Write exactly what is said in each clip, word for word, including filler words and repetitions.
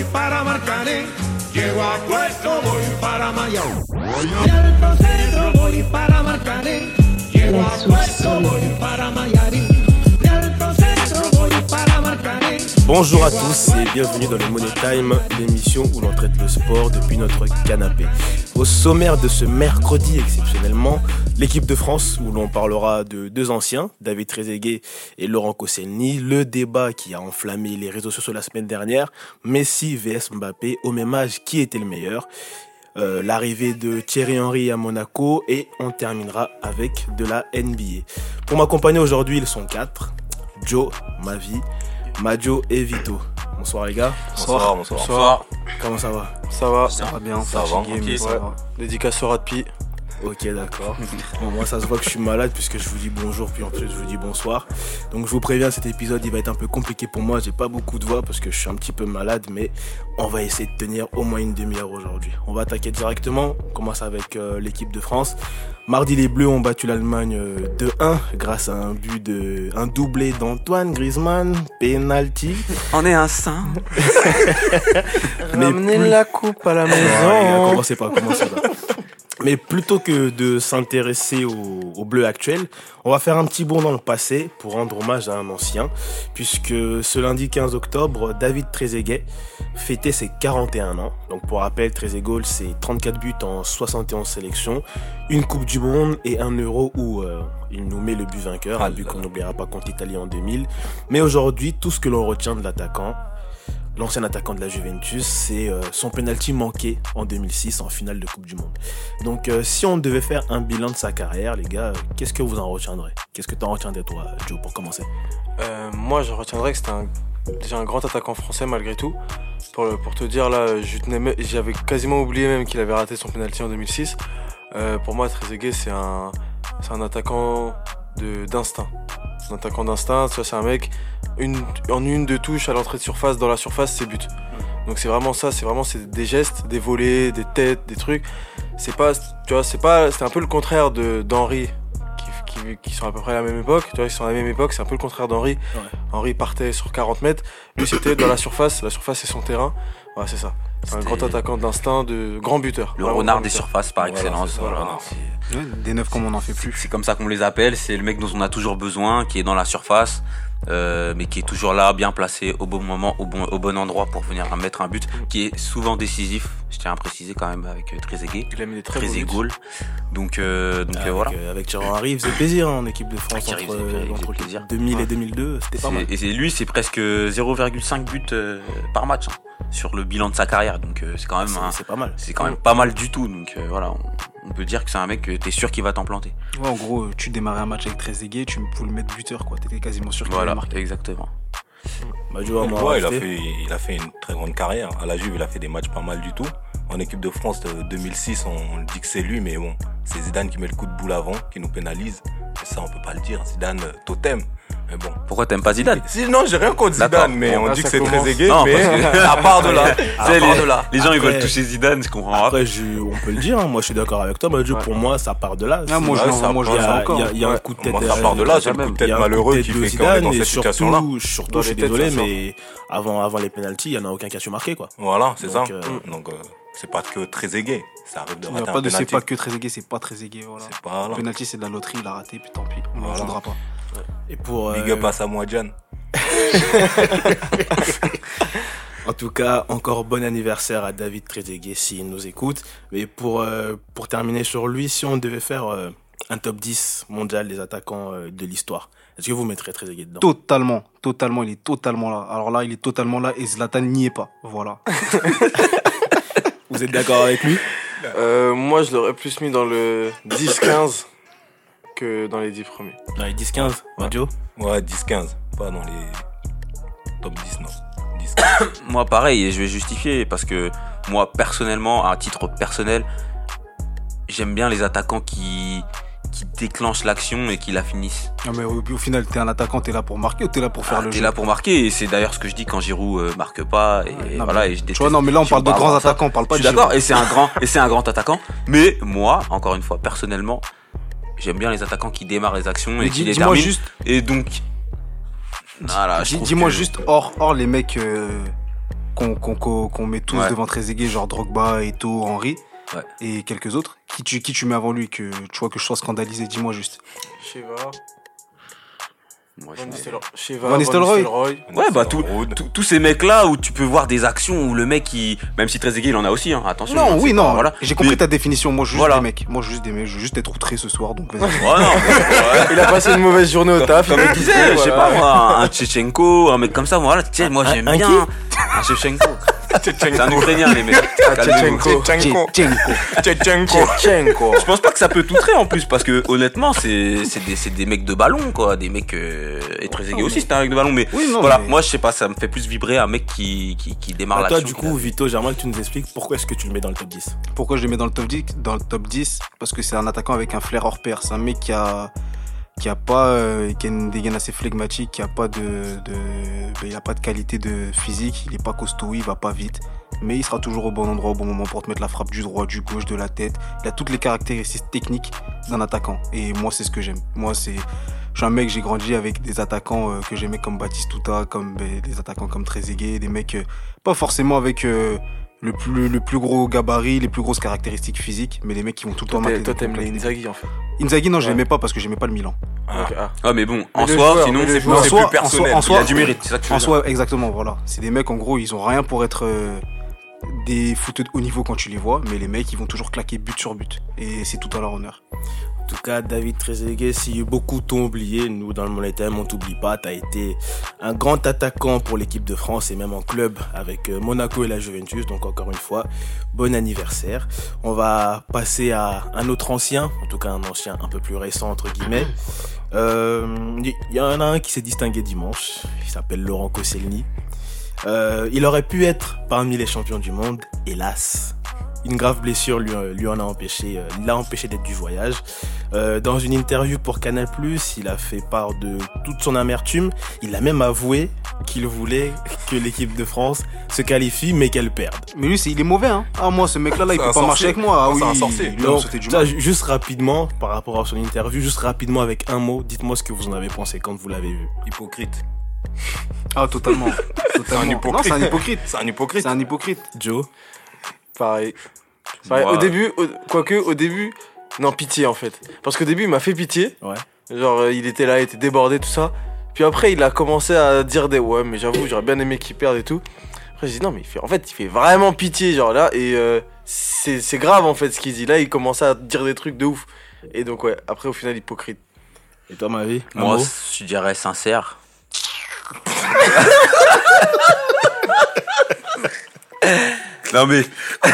voy para Marcané. Llego a Puerto, voy para Mayao. Y al Procedro voy para Marcané. Llego a Puerto, voy para Mayarín. Y al Procedro voy para Marcané. Bonjour à tous et bienvenue dans le Money Time, l'émission où l'on traite le sport depuis notre canapé. Au sommaire de ce mercredi exceptionnellement, l'équipe de France où l'on parlera de deux anciens, David Trezeguet et Laurent Koscielny, le débat qui a enflammé les réseaux sociaux la semaine dernière, Messi vs Mbappé, au même âge, qui était le meilleur ? Euh, l'arrivée de Thierry Henry à Monaco et on terminera avec de la N B A. Pour m'accompagner aujourd'hui, ils sont quatre, Joe, Mavi, Majo et Vito. Bonsoir les gars. Bonsoir, bonsoir. bonsoir. Comment ça va ? Ça va, ça va bien. Ça va, okay, ça va. Dédicace au Radpi. Ok, d'accord. Bon, moi, ça se voit que je suis malade puisque je vous dis bonjour, puis ensuite je vous dis bonsoir. Donc, je vous préviens, cet épisode, il va être un peu compliqué pour moi. J'ai pas beaucoup de voix parce que je suis un petit peu malade, mais on va essayer de tenir au moins une demi-heure aujourd'hui. On va attaquer directement. On commence avec euh, l'équipe de France. Mardi, les Bleus ont battu l'Allemagne euh, deux un grâce à un but de, un doublé d'Antoine Griezmann, penalty. On est un saint. Ramenez plus... la coupe à la maison. Ouais, commencez pas, commencez pas. Mais plutôt que de s'intéresser au, au bleu actuel, on va faire un petit bond dans le passé pour rendre hommage à un ancien, puisque ce lundi quinze octobre, David Trezeguet fêtait ses quarante et un ans. Donc pour rappel, Trezeguet, c'est trente-quatre buts en soixante et onze sélections, une Coupe du Monde et un Euro où euh, il nous met le but vainqueur, un but qu'on n'oubliera pas contre l'Italie en deux mille. Mais aujourd'hui, tout ce que l'on retient de l'attaquant, l'ancien attaquant de la Juventus, c'est euh, son penalty manqué en deux mille six en finale de Coupe du Monde. Donc euh, si on devait faire un bilan de sa carrière, les gars, euh, qu'est-ce que vous en retiendrez ? Qu'est-ce que tu en retiendrais toi, Joe, pour commencer ? euh, Moi, je retiendrais que c'était un, déjà un grand attaquant français malgré tout. Pour, pour te dire, là, je tenais, j'avais quasiment oublié même qu'il avait raté son penalty en deux mille six. Euh, pour moi, Trezeguet, c'est un, c'est un attaquant de, d'instinct. C'est un attaquant d'instinct, tu vois, c'est un mec, une, en une, deux touches à l'entrée de surface, dans la surface, c'est but. Donc c'est vraiment ça, c'est vraiment c'est des gestes, des volées, des têtes, des trucs. C'est pas, tu vois, c'est pas, c'est un peu le contraire de d'Henry, qui, qui, qui sont à peu près à la même époque. Tu vois, ils sont à la même époque, c'est un peu le contraire d'Henry. Ouais. Henry partait sur quarante mètres, lui c'était dans la surface, la surface c'est son terrain. Ouais, c'est ça. C'est c'était un grand attaquant d'instinct, de grand buteur. Le renard des surfaces par excellence. Voilà, voilà. C'est... Ouais, des neufs comme on n'en fait plus. C'est comme ça qu'on les appelle. C'est le mec dont on a toujours besoin, qui est dans la surface, euh, mais qui est toujours là, bien placé, au bon moment, au bon, au bon endroit pour venir mettre un but, qui est souvent décisif. Je tiens à préciser quand même avec Trezeguet. Il a mis des très Trezeguet. Donc, euh, donc avec, euh, voilà. Euh, avec Thierry Henry, il faisait plaisir hein, en équipe de France entre, euh, entre plaisir. deux mille ouais. et deux mille deux. C'était pas c'est, mal. Et c'est, lui, c'est presque zéro virgule cinq buts euh, par match. Hein, sur le bilan de sa carrière, donc euh, c'est quand même c'est, un, c'est pas mal. C'est quand même pas mal du tout, donc euh, voilà, on, on peut dire que c'est un mec que t'es sûr qu'il va t'en planter. Ouais, en gros, tu démarrais un match avec Trezeguet, tu pouvais le mettre buteur, quoi. T'étais quasiment sûr qu'il voilà, allait marquer. Exactement. Bah, tu vois, ouais, il a fait, il a fait une très grande carrière. À la Juve, il a fait des matchs pas mal du tout. En équipe de France de deux mille six, on, on dit que c'est lui, mais bon, c'est Zidane qui met le coup de boule avant, qui nous pénalise. Et ça, on peut pas le dire. Zidane, totem. Mais bon. Pourquoi t'aimes pas Zidane ? Si, non, j'ai rien contre Zidane, D'accord. mais bon, on dit que c'est Trezeguet, mais que... à part de là. À part les, de là. Les gens, après, ils veulent toucher Zidane, je comprends. Après, je, on peut le dire, hein, moi je suis d'accord avec toi, mais ouais. pour moi, ça part de là. Ah, moi, je ça, moi, je il y a, encore. Il y a, il y a un coup de tête. Moi, ça part de là, c'est le coup de tête malheureux qui fait qu'on est dans cette situation-là. Surtout, je suis désolé, mais avant, avant les pénaltys, il y en a aucun qui a su marquer, quoi. Voilà, c'est ça. Donc, c'est pas que Trezeguet. Ça arrive de rater un penalty. C'est pas que Trezeguet, c'est pas Trezeguet, voilà. C'est pas, le penalty, c'est de la loterie, il a raté, puis tant pis, on ne voudra pas. Et pour Big up à Samoa Gyan. En tout cas, encore bon anniversaire à David Trezeguet s'il nous écoute. Mais pour, euh, pour terminer sur lui, si on devait faire euh, un top dix mondial des attaquants euh, de l'histoire, est-ce que vous mettrez Trezeguet dedans ? Totalement, totalement, il est totalement là. Alors là, il est totalement là et Zlatan n'y est pas. Voilà. Vous êtes d'accord avec lui ? euh, Moi, je l'aurais plus mis dans le dix quinze que dans les dix premiers. Dans les dix quinze, ouais. Joe ? Ouais, dix quinze, pas dans les top dix, non. dix quinze. Moi, pareil, et je vais justifier parce que moi, personnellement, à titre personnel, j'aime bien les attaquants qui, qui déclenchent l'action et qui la finissent. Non, mais au, au final, t'es un attaquant, t'es là pour marquer ou t'es là pour faire ah, le t'es jeu ? T'es là pour marquer, et c'est d'ailleurs ce que je dis quand Giroud euh, marque pas. Et, ouais, et non, voilà, mais, et je déteste. Tu vois, non, mais là, on parle de grands attaquants, on parle pas de de Giroud. D'accord, et c'est un grand, et c'est un grand attaquant. Mais moi, encore une fois, personnellement, j'aime bien les attaquants qui démarrent les actions mais et qui dis, les dis-moi terminent. juste. Et donc, voilà, dis, dis-moi que... juste hors, hors les mecs euh, qu'on qu'on, qu'on, qu'on met tous Ouais. devant Trezeguet, genre Drogba, Eto'o, Henry Ouais. et quelques autres. Qui tu, qui tu mets avant lui, que tu vois que je sois scandalisé, dis-moi juste. Sheva, Moi, je Van mets- Nistelrooy. Sheva, Van Nistelrooy. Ouais, bah tout- tout- tous ces mecs-là où tu peux voir des actions où le mec, il... même si Trezeguet il en a aussi, hein, attention. Non, hein, oui, c'est non, pas- voilà. j'ai compris Mais- ta définition. Moi, je veux juste Voilà. des mecs. Moi, je veux juste des mecs. Je veux juste être outré ce soir, donc vas-y. Ouais, non, ouais. Il a passé une mauvaise journée au taf. Comme il je est disais, disait, je sais voilà. pas moi, un Tchétchenko, un mec comme ça, voilà, tu sais, moi Un- j'aime un bien. qui Un Tchétchenko. C'est un Ukrainien, les mecs. Calmez-vous. Tchétchenko. Tchétchenko. Tchétchenko. Tchétchenko. Tchétchenko. Je pense pas que ça peut t'outrer en plus, parce que honnêtement, c'est c'est des, c'est des mecs de ballon, quoi. Des mecs. Euh... Et Trezeguet aussi, c'était un mec de ballon, mais Oui, non, voilà, mais- moi je sais pas, ça me fait plus vibrer un mec qui, qui, qui démarre Bah, toi, l'action. du coup, Vito, j'aimerais que tu nous expliques pourquoi est-ce que tu le mets dans le top dix. Pourquoi je le mets dans le top dix, dans le top dix Parce que c'est un attaquant avec un flair hors pair. C'est un mec qui a, qui a pas, euh, qui a une dégaine assez flegmatique, qui a pas de, de, ben, il a pas de qualité de physique, il est pas costaud, il va pas vite, mais il sera toujours au bon endroit au bon moment pour te mettre la frappe du droit, du gauche, de la tête. Il a toutes les caractéristiques techniques d'un attaquant. Et moi, c'est ce que j'aime. Moi, c'est, je suis un mec, j'ai grandi avec des attaquants euh, que j'aimais comme Batistuta, comme ben, des attaquants comme Trezeguet, des mecs euh, pas forcément avec euh, le plus le plus gros gabarit, les plus grosses caractéristiques physiques, mais les mecs qui vont tout le temps Toi, marquer. t'es- toi, des t'aimes points les avec des Inzaghi en fait. buts. Inzaghi, non, je Ouais. l'aimais pas parce que j'aimais pas le Milan. Ah. Ok, ah. Ouais, mais bon, en le soi, joueur, sinon mais le c'est joueur. c'est En soi- plus personnel. en soi- Il y a du mérite, c'est ça que tu veux En dire. soi, exactement, voilà. C'est des mecs, en gros, ils ont rien pour être euh, des footeux de haut niveau quand tu les vois, mais les mecs, ils vont toujours claquer but sur but. Et c'est tout à leur honneur. En tout cas, David Trezeguet, si beaucoup t'ont oublié, nous, dans le Money Time, on t'oublie pas. T'as été un grand attaquant pour l'équipe de France et même en club avec euh, Monaco et la Juventus. Donc, encore une fois, bon anniversaire. On va passer à un autre ancien, en tout cas un ancien un peu plus récent, entre guillemets. Euh, Il y en a un qui s'est distingué dimanche. Il s'appelle Laurent Koscielny. Euh, il aurait pu être parmi les champions du monde, hélas. Une grave blessure lui, lui en a empêché, euh, l'a empêché d'être du voyage. Euh, dans une interview pour Canal plus, il a fait part de toute son amertume. Il a même avoué qu'il voulait que l'équipe de France se qualifie, mais qu'elle perde. Mais lui, c'est, il est mauvais, hein. Ah, moi, ce mec-là, là, il C'est peut un pas marcher sorcier. avec moi. Ah Non, oui, c'est un sorcier. lui, Donc, on sautait du ça, mal. ju- juste rapidement, par rapport à son interview, juste rapidement avec un mot, dites-moi ce que vous en avez pensé quand vous l'avez vu. Hypocrite. Ah, totalement. totalement. hypocrite. Non, c'est un hypocrite. C'est un hypocrite. C'est un hypocrite. Joe? Pareil. Pareil, Moi, Au début, au- quoique au début, non, pitié en fait. Parce qu'au début, il m'a fait pitié. Ouais. Genre, euh, il était là, il était débordé, tout ça. Puis après, il a commencé à dire des ouais, mais j'avoue, j'aurais bien aimé qu'il perde et tout. Après, j'ai dit non, mais il fait, en fait, il fait vraiment pitié, genre là. Et euh, c'est c'est grave en fait ce qu'il dit. Là, il commençait à dire des trucs de ouf. Et donc, ouais, après, au final, hypocrite. Et toi, ma vie? Un Moi, mot je dirais sincère. Non mais,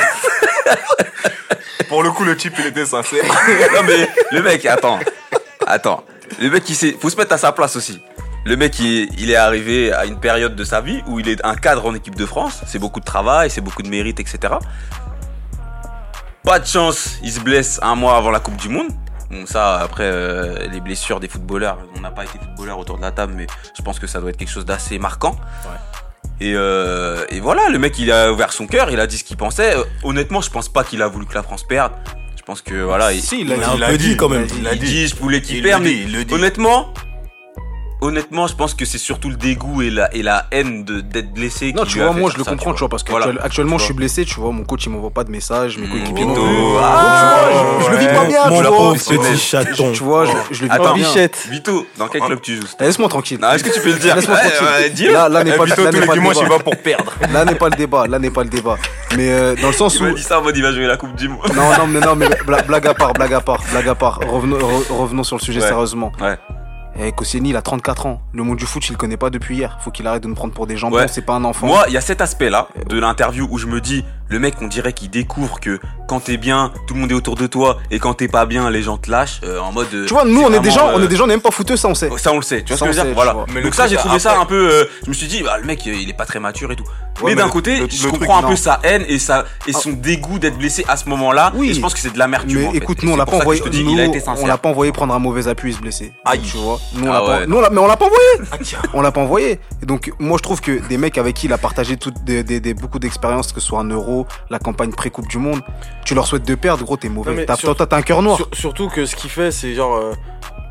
Pour le coup, le type, il était sincère. non mais, le mec, attends, attends. Le mec, il sait, faut se mettre à sa place aussi. Le mec, il, il est arrivé à une période de sa vie où il est un cadre en équipe de France. C'est beaucoup de travail, c'est beaucoup de mérite, et cetera. Pas de chance, il se blesse un mois avant la Coupe du Monde. Bon, ça, après, euh, les blessures des footballeurs, on n'a pas été footballeur autour de la table, mais je pense que ça doit être quelque chose d'assez marquant. Et, euh, et voilà, le mec, il a ouvert son cœur, il a dit ce qu'il pensait. Euh, honnêtement, je pense pas qu'il a voulu que la France perde. Je pense que voilà, il, Si, il a Il dit. a un Il a peu dit, dit quand même. il a il dit. dit je voulais qu'il Il perde, le mais dit, il le dit. honnêtement, honnêtement, je pense que c'est surtout le dégoût et la, et la haine de, d'être blessé. Non, qui tu lui a vois, fait moi, faire je le ça, comprends, tu vois, parce Voilà. qu'actuellement, Tu je suis vois. blessé, tu vois, mon coach, il m'envoie pas de messages, mes Mmh, coéquipiers Vito. non plus. Ah, Tu vois, je, je le vis pas bien, Mon tu la vois. pauvre professionnel. petit chaton. Tu vois, je, je le vis Attends, pas bien. Bichette. Vito, dans quel club tu joues Eh, Laisse-moi tranquille. Non, est-ce que tu peux le dire Laisse-moi Ouais, tranquille. ouais, dis-le. Là, là n'est Eh, pas, Vito, là tous n'est les pas le dimanches, il débat. va pour perdre. Là n'est pas le débat. Là n'est pas le débat. Mais euh, dans le sens Il où. m'a dit ça en mode il va jouer la Coupe du Monde. Non, non, mais non, mais bla- blague à part, blague à part, blague à part. Revenons, re- revenons sur le sujet Ouais. sérieusement. Ouais. Eh, Koscielny, il a trente-quatre ans. Le monde du foot, il le connaît pas depuis hier. Faut qu'il arrête de nous prendre pour des jambons. Ouais. C'est pas un enfant. Moi, il y a cet aspect-là de l'interview où je me dis, le mec, on dirait qu'il découvre que quand t'es bien, tout le monde est autour de toi, et quand t'es pas bien, les gens te lâchent, euh, en mode. euh, tu vois, nous, c'est on est des vraiment, gens, on euh, est des gens, on n'est même pas fouteux, ça, on sait. Ça on le sait, tu vois Ça, ce que je on veux dire sait, Voilà. tu vois. Mais le Donc ça truc, j'ai trouvé ça après- un peu euh, je me suis dit bah le mec il est pas très mature et tout. Ouais, mais mais d'un le- côté, le- je le truc, comprends un peu non. sa haine et sa et son dégoût d'être blessé à ce moment-là Oui. et je pense que c'est de l'amertume Mais en fait. écoute, Et nous, on c'est l'a pour pas ça que envoyé. je te dis, nous, il a été on sincère. l'a pas envoyé prendre un mauvais appui et se blesser. Aïe. Tu vois. Nous, on Ah l'a pas. ouais. Nous, on l'a- mais on l'a pas envoyé. Ah, tiens. On l'a pas envoyé. Et donc, moi, je trouve que des mecs avec qui il a partagé toutes des, des, des- beaucoup d'expériences, que ce soit un Euro, la campagne pré-Coupe du Monde, tu leur souhaites de perdre, gros, t'es Non, mauvais. mais T'as, sur- toi, t'as un cœur noir. Sur- surtout que ce qu'il fait, c'est genre. euh,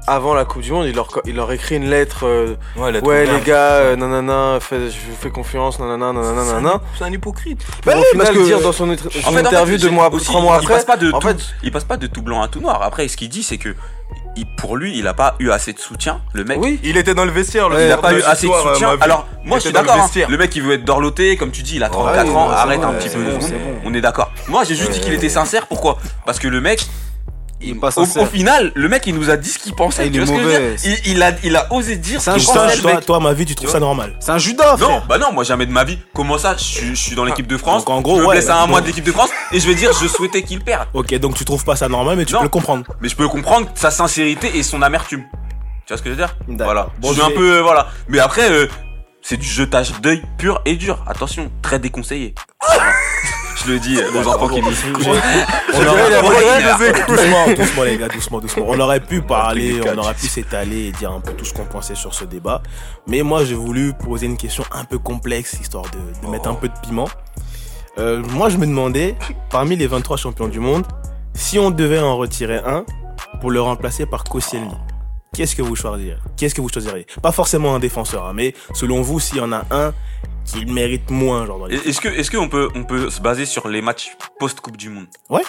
avant la Coupe du Monde, il leur, il leur écrit une lettre. Euh, Ouais, lettre ouais, ouverte. les gars, euh, nanana, fait- je vous fais confiance, nanana, nanana, nanana. C'est un hypocrite. Pour Ouais, au final parce que- dire dans son, son En fait, en fait, interview deux c'est- mois, aussi, trois mois il après. passe pas de en tout, fait, il passe pas de tout blanc à tout noir. Après, ce qu'il dit, c'est que il- pour lui, il a pas eu assez de soutien. Le mec, oui. Il était dans le vestiaire. il a pas eu assez de euh, soutien. Alors, moi, je suis d'accord. hein. Le... Le mec, il veut être dorloté, comme tu dis, il a trente-quatre Ouais, ans. ouais, Arrête c'est un bon, petit c'est peu. bon, deux c'est secondes. bon. On est d'accord. Moi, j'ai juste dit qu'il était sincère. Pourquoi? Parce que le mec, Il est pas au, sincère. au final, le mec, il nous a dit ce qu'il pensait. Ah, il tu est vois ce que je veux mauvais. dire il, il a, il a osé dire C'est ce un qu'il judas, pensait. Toi, le toi, mec. toi, à ma vie, tu trouves ça normal? C'est un Judas, frère. Non, bah non, moi jamais de ma vie. Comment ça, je, suis- je suis dans l'équipe de France. Donc, en gros, je me ouais, blesse à bah, un mois bon. de l'équipe de France et je vais dire, je souhaitais qu'il perde. Ok, donc tu trouves pas ça normal, mais tu Non. peux le comprendre. Mais je peux comprendre sa sincérité et son amertume. Tu vois ce que je veux dire? D'accord. Voilà. Bon, je suis je un vais- peu, euh, voilà. Mais après, euh, c'est du jetage d'œil pur et dur. Attention, très déconseillé. Voilà. Je le dis aux enfants qui nous suivent. On dirait, aurait- il a on pas aurait- de les doucement, doucement les gars, doucement, doucement. On aurait pu parler, du catch. on aurait pu s'étaler et dire un peu tout ce qu'on pensait sur ce débat. Mais moi, j'ai voulu poser une question un peu complexe, histoire de, de mettre un peu de piment. Euh, moi, je me demandais, parmi les vingt-trois champions du monde, si on devait en retirer un pour le remplacer par Koscielny, qu'est-ce que vous choisiriez? Qu'est-ce que vous choisiriez? Pas forcément un défenseur, hein, mais selon vous, s'il y en a un qui le mérite moins, genre dans les... Est-ce que, est-ce qu'on peut, on peut se baser sur les matchs post-Coupe du Monde? Ouais.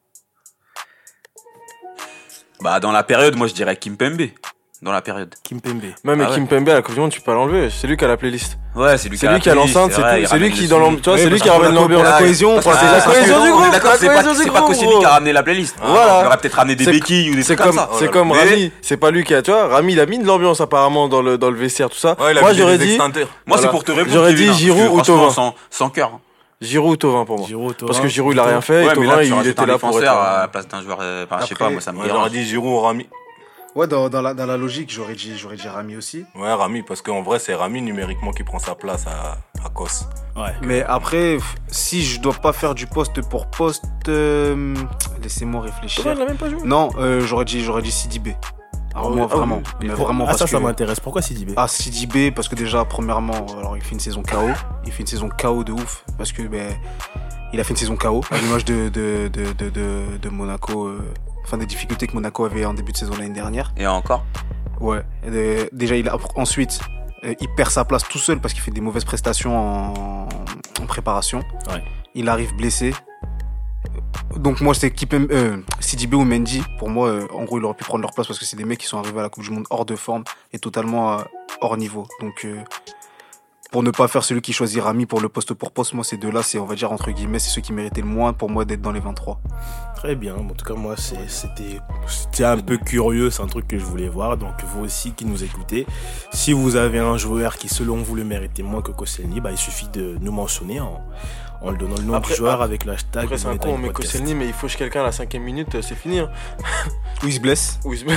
Bah, dans la période, moi, je dirais Kimpembe. Dans la période. Kimpembe. Même Ah avec ouais. Kimpembe à la Coupe du Monde, tu peux pas l'enlever. C'est lui qui a la playlist. Ouais, c'est lui C'est lui qui a la playlist, l'enceinte, c'est vrai, tout. il C'est lui ramène qui le dans son. l'ambiance. Tu vois, Oui, c'est lui parce qui que ramène pour la- l'ambiance. pour la Ah, cohésion, parce pour que la- c'est la parce que cohésion on du est groupe, d'accord, la c'est pas, cohésion c'est du pas groupe, Koscielny gros. qui a ramené la playlist. Voilà. On aurait peut-être ramené des C'est- béquilles ou des C'est trucs comme comme, ça. c'est comme Mais- Rami, c'est pas lui qui a, tu vois, Rami il a mis de l'ambiance apparemment dans le, dans le vestiaire, tout ça. Ouais, il a Moi mis j'aurais des dit extincteurs. Moi, Voilà. c'est pour te répondre. J'aurais Kevin, dit hein, Giroud parce que ou franchement, Thauvin. sans, sans cœur. hein. Giroud ou Thauvin pour moi. Giroud, Thauvin, Parce que Giroud il a Vito. rien fait et Ouais, mais là, Thauvin tu il rajoutes était un là pour être. défenseur à euh, la place d'un joueur. euh, Enfin, je sais Après, pas, moi, ça me Moi, j'aurais dérange. dit Giroud ou Rami. Ouais, dans, dans, la, dans la logique, j'aurais dit, j'aurais dit Rami aussi. Ouais, Rami, parce qu'en vrai, c'est Rami numériquement qui prend sa place à, à Kos. Ouais. Mais après, f- si je dois pas faire du poste pour poste, euh, laissez-moi réfléchir. Thauvin il a même pas joué. Non, euh, j'aurais dit, j'aurais dit Sidibé. Alors Ah moi, oui, ah vraiment. oui. Mais Pour- vraiment ah, parce ça, que... ça m'intéresse. Pourquoi Sidibé? Ah, Sidibé, parce que déjà, premièrement, alors il fait une saison K O. Il fait une saison K O de ouf. Parce que, ben, il a fait une saison K O, à l'image de, de, de, de, de, de Monaco. euh, Enfin, des difficultés que Monaco avait en début de saison l'année dernière. Et encore. Ouais. Euh, déjà, il a, ensuite, euh, il perd sa place tout seul parce qu'il fait des mauvaises prestations en, en préparation. Ouais. Il arrive blessé. Donc moi, c'est Kipem, euh, Sidibé ou Mendy. Pour moi, euh, en gros, il aurait pu prendre leur place parce que c'est des mecs qui sont arrivés à la Coupe du Monde hors de forme et totalement euh, hors niveau. Donc, euh, pour ne pas faire celui qui choisit Rami pour le poste pour poste, moi, ces deux-là, c'est, on va dire, entre guillemets, c'est ceux qui méritaient le moins pour moi d'être dans les vingt-trois. Très bien. En tout cas, moi, c'est- c'était c'était un peu curieux. C'est un truc que je voulais voir. Donc, vous aussi qui nous écoutez, si vous avez un joueur qui, selon vous, le méritait moins que Koscielny, bah, il suffit de nous mentionner en, en le donnant le nom Après- du joueur avec le hashtag. Après c'est un Money con, Time on met Podcast. Koscielny mais il fauche quelqu'un à la cinquième minute, euh, c'est fini. Hein. Où il se blesse Ou il se-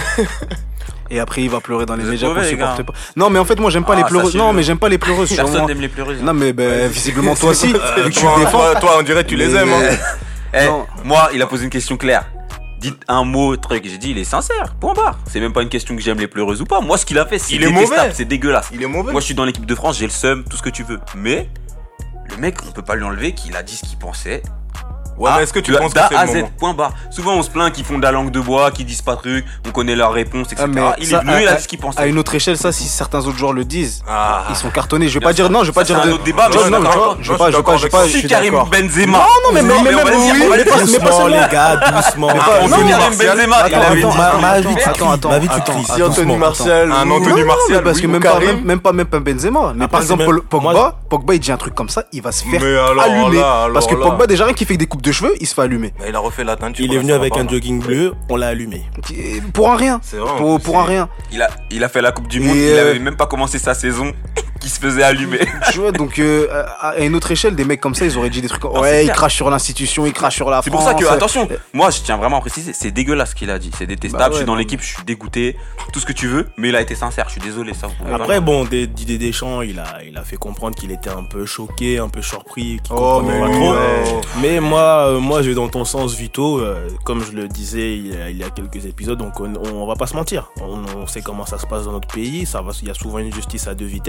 et après il va pleurer dans les Vous êtes médias qu'on mauvais, les supporte gars. pas. Non, mais en fait, moi, j'aime pas Ah, les ça, pleureuses. c'est Non, le- mais j'aime pas les pleureuses. je suis Personne vraiment- n'aime les pleureuses. Non, mais ben, visiblement, toi aussi, vu que tu toi, le défends. toi, toi, on dirait que tu les Mais- aimes. Hein. Eh, Non. moi, il a posé une question claire. Dites un mot, truc. J'ai dit, il est sincère. Point barre. C'est même pas une question que j'aime les pleureuses ou pas. Moi, ce qu'il a fait, c'est Il est détestable, mauvais. c'est dégueulasse. Il est mauvais. Moi, je suis dans l'équipe de France, j'ai le seum, tout ce que tu veux. Mais le mec, on peut pas lui enlever qu'il a dit ce qu'il pensait. Ouais, Ah, mais est-ce que tu de- penses que d'A c'est à le Z, moment? point barre. Souvent, on se plaint qu'ils font de la langue de bois, qu'ils disent pas de trucs, on connaît leurs réponses, et cetera. Ah, mais il ça, est venu, il à- a dit ce qu'il À pensait. une autre échelle, ça, si certains autres joueurs le disent, Ah. ils sont cartonnés. Je vais Bien pas dire sûr. non, je vais pas Ça, dire c'est un de. autre débat, mais Non, je non, suis tu d'accord vois, avec je toi. vais pas, je vais pas, je vais pas, je Si suis Karim d'accord. Benzema. Non, non, mais- Non, mais on même- va le dire, oui, on va le mais dire. pas- mais pas Doucement, seulement. les gars, doucement. Ah, pas- on non, dit mais- Karim Benzema, il Attends, avait dit. attends, ma- ma vie, attends, attends, attends, ma vie, tu attends, cries. attends. Si Anthony doucement, Martial, Un ou- Anthony Non, non, Martial, mais parce que oui, même ou pas, Karim. même, même pas, même pas Benzema. Mais Après, par c'est exemple, même- Pogba, moi- Pogba, il dit un truc comme ça, il va se faire Mais alors allumer. là, alors Parce que là. Pogba, déjà rien qui fait que des coupes de cheveux, il se fait allumer. Bah, il a refait la teinture. Il est là, venu ça va avec pas, un là. jogging bleu, on l'a allumé. Pour un rien. C'est vrai, Pour, c'est- pour un rien. Il a, il a fait la Coupe du Monde, Et, il euh, avait même pas commencé sa saison, qui se faisait allumer. Tu vois, donc euh, à une autre échelle, des mecs comme ça, ils auraient dit des trucs. c'est Ouais, ils clair. crachent sur l'institution, ils crachent sur la C'est France. pour ça que, attention, moi je tiens vraiment à préciser, c'est dégueulasse ce qu'il a dit, c'est détestable, Bah ouais, je suis dans non, l'équipe, je suis dégoûté, tout ce que tu veux, mais il a été sincère, je suis désolé, ça vous pouvez Après, pas. bon, des- Didier Deschamps, il a, il a fait comprendre qu'il était un peu choqué, un peu surpris, qu'il Oh, comprenait mais pas lui, trop. ouais. Mais moi, euh, moi, je vais dans ton sens, Vito. euh, comme je le disais il y a, il y a quelques épisodes, donc on, on va pas se mentir. On, on sait comment ça se passe dans notre pays. Ça va, il y a souvent une justice à deux vitesses.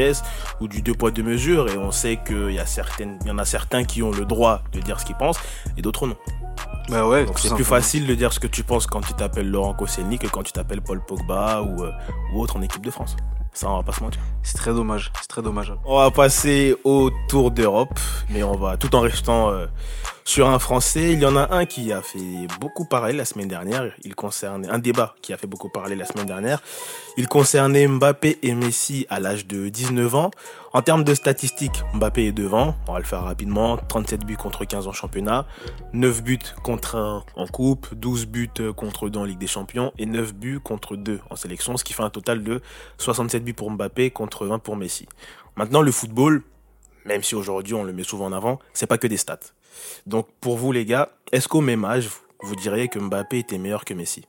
ou du deux poids deux mesures, et on sait qu'il y a certaines, il y en a certains qui ont le droit de dire ce qu'ils pensent et d'autres non. Bah ouais, Donc c'est plus facile de dire ce que tu penses quand tu t'appelles Laurent Koscielny que quand tu t'appelles Paul Pogba ou, euh, ou autre en équipe de France. Ça, on va pas se mentir. C'est très dommage, c'est très dommageable. On va passer au Tour d'Europe, mais on va, tout en restant euh, sur un Français, il y en a un qui a fait beaucoup parler la semaine dernière. Il concernait un débat qui a fait beaucoup parler la semaine dernière. Il concernait Mbappé et Messi à l'âge de dix-neuf ans. En termes de statistiques, Mbappé est devant. On va le faire rapidement. trente-sept buts contre quinze en championnat, neuf buts contre un en coupe, douze buts contre deux en Ligue des Champions et neuf buts contre deux en sélection, ce qui fait un total de soixante-sept buts pour Mbappé contre vingt pour Messi. Maintenant, le football, même si aujourd'hui on le met souvent en avant, c'est pas que des stats. Donc pour vous les gars, est-ce qu'au même âge, vous diriez que Mbappé était meilleur que Messi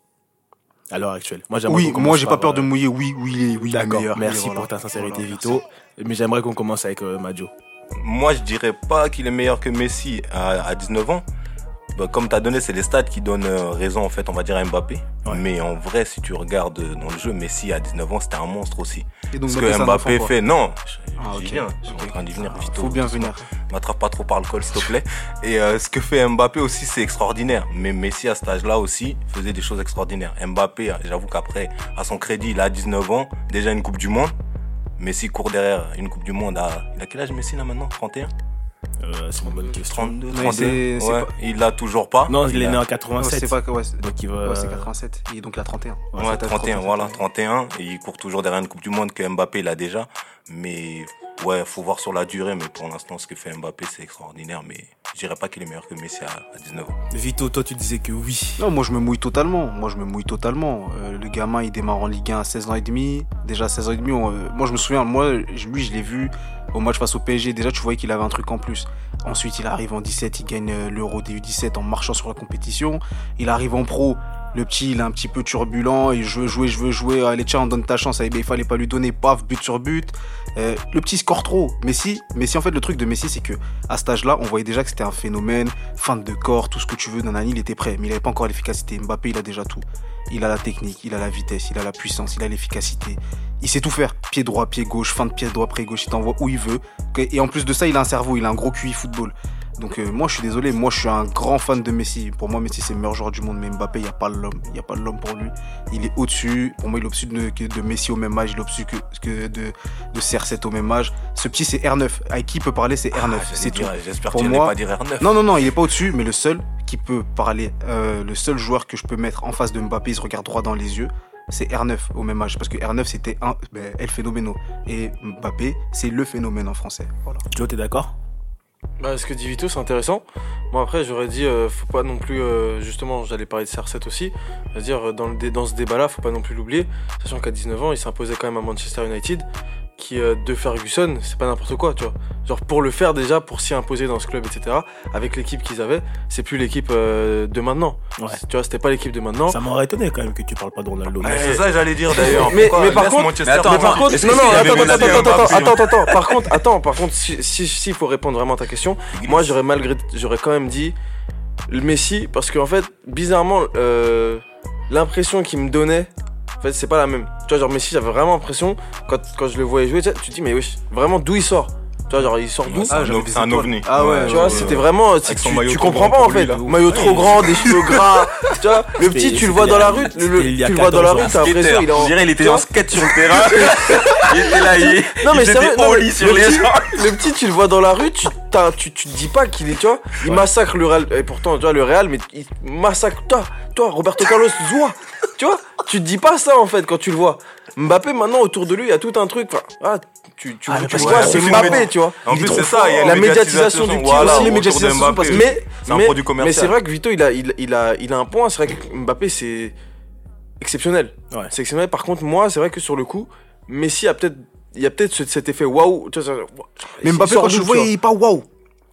à l'heure actuelle? Moi, j'aimerais Oui, qu'on commence moi j'ai par, pas peur de euh, mouiller, oui, oui, il est, oui, il est D'accord, meilleur. merci Et voilà. pour ta sincérité Voilà, Vito. Mais j'aimerais qu'on commence avec euh, Madio. Moi, je dirais pas qu'il est meilleur que Messi à, à dix-neuf ans. Bah, comme tu as donné, c'est les stats qui donnent euh, raison, en fait, on va dire à Mbappé. Ouais. Mais en vrai, si tu regardes euh, dans le jeu, Messi à dix-neuf ans, c'était un monstre aussi. Et donc, Ce Mbappé, c'est que un Mbappé enfant, fait, non. Ah, J'y ok. viens, je suis en train d'y venir. Vito, Faut bien doucement. venir. M'attrape pas trop par le col, s'il te plaît. Et euh, ce que fait Mbappé aussi, c'est extraordinaire. Mais Messi, à cet âge-là aussi, faisait des choses extraordinaires. Mbappé, j'avoue qu'après, à son crédit, il a dix-neuf ans, déjà une Coupe du Monde. Messi court derrière une Coupe du Monde à... Il a quel âge Messi là maintenant? trente et un? Euh, c'est une bonne question. trente-deux, Mais trente-deux. c'est- c'est Ouais, pas- il l'a toujours pas. Non, il est a- né en Ouais, quatre-vingt-sept. c'est pas que, ouais, c'est Donc il va. ouais, c'est quatre-vingt-sept. Et donc il a trente et un. Ouais, c'est peut-être trente et un, trente-sept. voilà, trente et un. Et il court toujours derrière une Coupe du Monde que Mbappé il a déjà. Mais ouais, faut voir sur la durée. Mais pour l'instant, ce que fait Mbappé, c'est extraordinaire. Mais je dirais pas qu'il est meilleur que Messi à, à dix-neuf ans. Vito, toi tu disais que oui. Non, moi je me mouille totalement. Moi je me mouille totalement. Euh, le gamin il démarre en Ligue un à seize ans et demi. Déjà à seize ans et demi, on, euh, moi je me souviens, moi je- lui je l'ai vu au match face au P S G. Déjà tu voyais qu'il avait un truc en plus. Ensuite il arrive en dix-sept, il gagne euh, l'Euro des U dix-sept en marchant sur la compétition. Il arrive en pro. Le petit, il est un petit peu turbulent, il je veux jouer, je veux jouer, allez tiens, on donne ta chance, allez, ben, il fallait pas lui donner, paf, but sur but. Euh, le petit score trop. Messi, Messi, en fait, le truc de Messi, c'est que à cet âge-là, on voyait déjà que c'était un phénomène, fin de corps, tout ce que tu veux, nanani, il était prêt, mais il avait pas encore l'efficacité. Mbappé, il a déjà tout. Il a la technique, il a la vitesse, il a la puissance, il a l'efficacité. Il sait tout faire. Pied droit, pied gauche, fin de pied droit, pied gauche, il t'envoie où il veut. Et en plus de ça, il a un cerveau, il a un gros Q I football. Donc euh, moi je suis désolé, moi je suis un grand fan de Messi. Pour moi Messi c'est le meilleur joueur du monde, mais Mbappé il n'y a pas l'homme, il n'y a pas l'homme pour lui. Il est au-dessus, pour moi il est au-dessus de, de Messi au même âge, il est au-dessus que, que de, de C R sept au même âge. Ce petit c'est R neuf, avec qui il peut parler c'est R neuf, Ah, c'est tout. j'allais dire, J'espère Pour qu'il moi- n'allait pas dire R neuf. Non non non, il est pas au-dessus, mais le seul qui peut parler, euh, le seul joueur que je peux mettre en face de Mbappé, il se regarde droit dans les yeux, c'est R neuf au même âge, parce que R neuf c'était un, ben, El Phénoméno, et Mbappé c'est le phénomène en français. Voilà. Joe, t'es d'accord? Bah, ce que dit Vito, c'est intéressant. Moi, après, j'aurais dit, euh, faut pas non plus. Euh, justement, j'allais parler de C R sept aussi. C'est-à-dire, euh, dans, le dé- dans ce débat-là, faut pas non plus l'oublier. Sachant qu'à dix-neuf ans, il s'imposait quand même à Manchester United, qui, euh, de Ferguson, c'est pas n'importe quoi, tu vois. Genre, pour le faire déjà, pour s'y imposer dans ce club, et cetera, avec l'équipe qu'ils avaient, c'est plus l'équipe euh, de maintenant. Ouais. Tu vois, c'était pas l'équipe de maintenant. Ça m'aurait étonné quand même que tu parles pas de Ronaldo. Ouais, mais- c'est ça que j'allais dire d'ailleurs. Mais- Pourquoi mais par laisse contre- Manchester mais attends, Mais par United contre, est-ce non, que non, s'il avait attends, attends, menacé attends, attends, Mbappé, attends, attends, attends, par contre, attends, par contre, si, si, si, faut répondre vraiment à ta question, moi, j'aurais malgré, j'aurais quand même dit le Messi, parce qu'en fait, bizarrement, euh, l'impression qu'il me donnait, en fait, c'est pas la même. Tu vois, genre, Messi, j'avais vraiment l'impression, quand, quand je le voyais jouer, tu sais, tu te dis, mais wesh, vraiment, d'où il sort? Tu vois, genre, il sort d'où? Ouais, c'est un j'avais ov- des c'est un étoiles. ovni. Ah ouais, Tu vois, ouais, c'était ouais. vraiment, Avec tu, son tu, maillot tu trop comprends grand pas en pour lui, fait. là. Maillot trop Ouais. grand, des cheveux gras. Tu vois, le C'était- petit, tu le c'était vois il y dans a- la rue, le- c'était le- il y a tu le vois dans la quatorze rue, ans. t'as l'impression il est en. On dirait il était tu en vois, skate sur le terrain. Il était là, il, Non, mais il c'est était vrai, non, au mais lit sur le les petit- gens. Le petit, tu le vois dans la rue, tu, t'as- tu, tu te dis pas qu'il est, tu vois, il massacre le Real, et pourtant, tu vois, le Real, mais il massacre toi, toi, Roberto Carlos, Zoua, tu vois, tu te dis pas ça en fait quand tu le vois. Mbappé, maintenant, autour de lui, il y a tout un truc, enfin, ah, tu, tu, Ah, mais tu parce vois, que- c'est ouais, Mbappé, c'est- tu vois. En Il est plus, trop c'est ça, fort. il y a la une médiatisation du petit voilà, aussi, les autour de médiatisations, Mbappé. parce que, mais, C'est un mais, produit mais commercial. c'est vrai que Vito, il a, il, il a, il a un point, c'est vrai que Mbappé, c'est exceptionnel. Ouais. C'est exceptionnel. Par contre, moi, c'est vrai que sur le coup, Messi a peut-être, il y a peut-être ce- cet effet waouh. tu vois, ça- Mais Mbappé il sort quand tu d'où, le vois vois. il est pas waouh.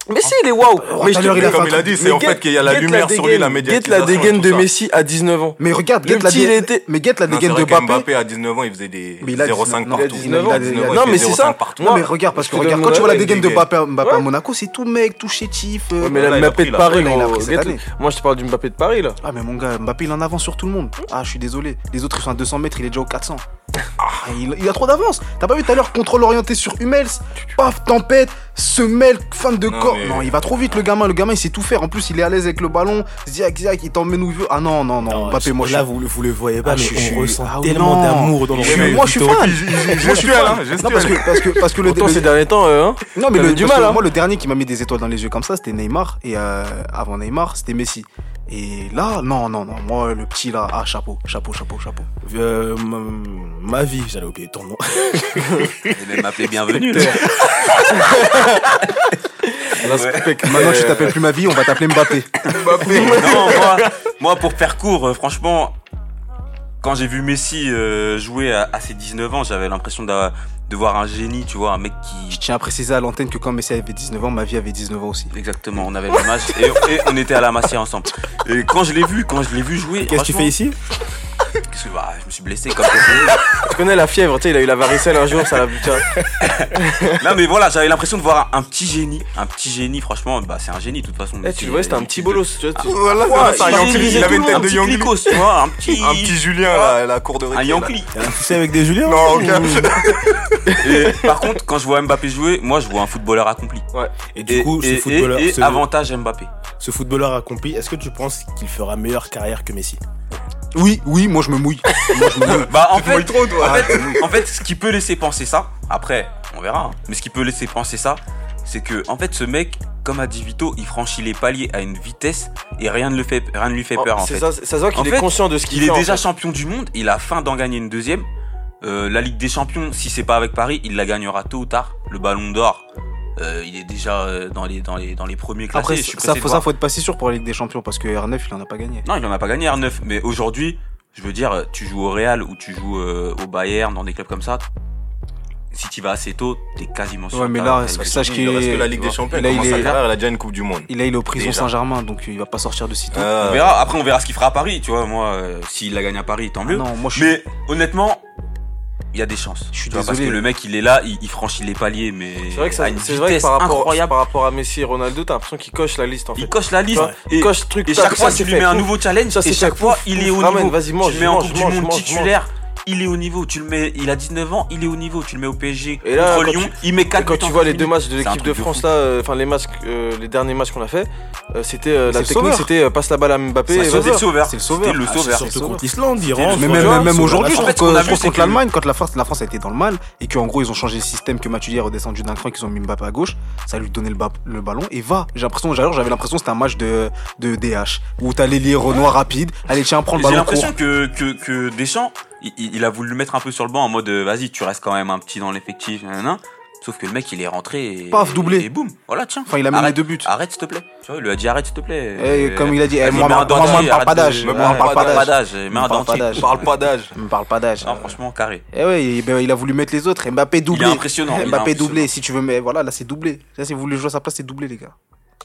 Mais si, il est waouh. Mais tout à l'heure, il a fait Comme un il a truc- dit, c'est mais en guette- fait qu'il y a la guette lumière sur lui, la dégaine- médiatisation. Guette la dégaine et de tout ça. Messi à dix-neuf ans. Mais regarde, Le guette la petit, il dégaine. était- Mais guette la Non, c'est dégaine vrai de que Mbappé. Mbappé à dix-neuf ans, il faisait des Mais il a zéro dix-neuf cinq non, partout. il a dix-neuf ans. dix-neuf ans, Non, il mais fait c'est zéro cinq ça. partout. Non Moi, mais regarde parce je que te regarde donne quand mon tu vois la avis, dégaine de il Mbappé, Mbappé à Ouais. Monaco, c'est tout mec, tout chétif. euh, Ouais, mais là, là, il a Mbappé pris, de là. Paris, Là, il a gros, pris cette guette- année. moi je te parle du Mbappé de Paris là. Ah mais mon gars, Mbappé il en avance sur tout le monde. Ah je suis désolé. Les autres ils sont à deux cents mètres, il est déjà au quatre cents. Ah, il, il a trop d'avance. T'as pas vu tout à l'heure contrôle orienté sur Hummels, paf tempête, semelle, fin de Non, corps. mais- Non il va trop vite le gamin. Le gamin il sait tout faire. En plus il est à l'aise avec le ballon. Ziak Ziak il t'emmène où il veut. Ah non non non. Non, Mbappé moi je là, suis. vous, vous le voyez pas, Ah, mais je- on je- ressent ah oui, tellement non. d'amour dans le Je- jeu. mais moi je suis Vito. fan. Je suis là, je Non parce que parce que parce que le Pourtant le- ces derniers temps, euh, hein. Non mais T'avais le, du parce mal, que hein. moi le dernier qui m'a mis des étoiles dans les yeux comme ça c'était Neymar et euh, avant Neymar c'était Messi. Et là non non non moi le petit là ah chapeau chapeau chapeau chapeau. Euh, ma, ma vie, j'allais oublier ton nom. Il allait m'appeler bienvenue. là. Là, c'est coupé. Maintenant tu t'appelles plus ma vie on va t'appeler Mbappé. Non, moi, moi, pour faire court, euh, franchement, quand j'ai vu Messi euh, jouer à, à ses dix-neuf ans, j'avais l'impression d'a- de voir un génie, tu vois, un mec Je qui... tiens à préciser à l'antenne que quand Messi avait dix-neuf ans ma vie avait dix-neuf ans aussi. Exactement, on avait le même âge et, et on était à la Masia ensemble. Et quand je l'ai vu, quand je l'ai vu jouer, Qu'est-ce que tu fais ici? Qu'est-ce que bah, je me suis blessé comme ça. Tu connais la fièvre, tu sais, il a eu la varicelle un jour, ça l'a buté. Non mais voilà, j'avais l'impression de voir un, un petit génie, un petit génie. Franchement, bah c'est un génie de toute façon. Eh, Messi, tu le vois, c'était un il- petit bolos. Tu vois, tu- Voilà, Ouais, c'est un il Yankee, dirisait il avait tout une le monde, tête de un petit Yankee. Clicos, tu vois, un petit... Un petit Julien, là, la cour de Un récré. là. Yankee. T'as un souci avec des Juliens? Non, aucun. Et par contre, quand je vois Mbappé jouer, moi je vois un footballeur accompli. Et du coup, et, ce footballeur, et, et ce, avantage Mbappé. ce footballeur accompli, est-ce que tu penses qu'il fera meilleure carrière que Messi? Oui oui moi je me mouille. Moi je me mouille. Bah en Tu te mouilles fait, trop, toi. en fait, en fait, ce qui peut laisser penser ça, après, on verra, hein, mais ce qui peut laisser penser ça, c'est que en fait, ce mec, comme a dit Vito, il franchit les paliers à une vitesse et rien ne le fait, rien ne lui fait Oh, peur en c'est fait. ça, ça se voit qu'il En est fait, conscient de ce qu'il Il fait. est en déjà fait. champion du monde, il a faim d'en gagner une deuxième. Euh, la Ligue des Champions, si c'est pas avec Paris, il la gagnera tôt ou tard. Le Ballon d'Or, euh, il est déjà euh, dans les dans les dans les premiers classés. Après je suis ça pressé de faut voir. ça faut être pas si sûr pour la Ligue des Champions parce que R neuf il en a pas gagné. Non, il en a pas gagné R neuf, mais aujourd'hui, je veux dire, tu joues au Real ou tu joues euh, au Bayern, dans des clubs comme ça. Si tu vas assez tôt, t'es quasiment sûr. Ouais mais que là t'as- t'as- sache Il qu'il reste que est la Ligue des tu vois, Champions, là, il il commence est sa carrière, il a déjà une Coupe du Monde. il est il est au prison Déjà. Saint-Germain donc il va pas sortir de sitôt. Euh, On verra. Après, on verra ce qu'il fera à Paris. Tu vois, moi, euh, s'il la gagne à Paris, tant mieux. Non moi je suis Mais honnêtement, il y a des chances. Je suis Tu vois, parce désolé. que le mec, il est là, il, il franchit les paliers, mais C'est vrai que ça- à une c'est vrai que vitesse par rapport, incroyable. par rapport à Messi et Ronaldo, t'as l'impression qu'il coche la liste en fait. Il coche la liste. Tu vois, Et, il coche truc, et tac, chaque fois, ça, tu c'est lui mets fait. un nouveau challenge. Ça, et c'est chaque fait. fois, Pouf, il est pouf, au ramène, niveau. vas-y, mange, tu le mets en mange, Coupe du mange, Monde mange, titulaire. Il est au niveau. Tu le mets. Il a dix-neuf ans. Il est au niveau. Tu le mets au P S G Et là, contre quand Lyon. tu- Il met Et quatre quand buts tu en vois les vingt deux minutes. matchs de C'est un l'équipe de truc de France fou. là, euh, enfin les matchs, euh, les derniers matchs qu'on a fait, euh, c'était euh, C'est la le technique, sauveur. c'était euh, passe la balle à Mbappé. C'est et le vas-y. sauveur. C'est le sauveur. C'était le Ah, sauveur. surtout sauveur. contre l'Islande, C'était d'Iran. le Mais sauveur. même, Sauveur, même sauveur. aujourd'hui, je En trouve fait, ce qu'on que- a je vu, trouve c'est contre que- l'Allemagne, quand la France, la France a été dans le mal et qu'en gros ils ont changé le système, que Matuidi est redescendu d'un cran, qu'ils ont mis Mbappé à gauche, ça lui donnait le, ba- le ballon et va. J'ai l'impression, d'ailleurs, j'avais l'impression que c'était un match de, de D H où t'as l'ailier Renoir rapide, allez tiens prends le J'ai ballon court. l'impression que, que, que Deschamps, il, il il a voulu le mettre un peu sur le banc en mode euh, vas-y, tu restes quand même un petit dans l'effectif, nanana. Sauf que le mec, il est rentré et. Paf, doublé. Et boum, voilà, tiens. Enfin il a mis les Arrête, deux buts. arrête, s'il te plaît. Tu vois, il lui a dit arrête, s'il te plaît. Et Euh, comme il a dit, eh, vas-y, moi, mets un moi, moi, dentier, me parle arrête pas de- d'âge. ouais, Moi, me parle pas d'âge. Mets Me un parle pas dentier. d'âge. Parle pas d'âge. Me parle pas d'âge. Non, franchement, carré. Eh ouais, il, ben, il a voulu mettre les autres. Mbappé doublé. Il est impressionnant, il est Mbappé impressionnant. doublé. Si tu veux, mais voilà, là c'est doublé. Là, si vous voulez jouer à sa place, c'est doublé, les gars.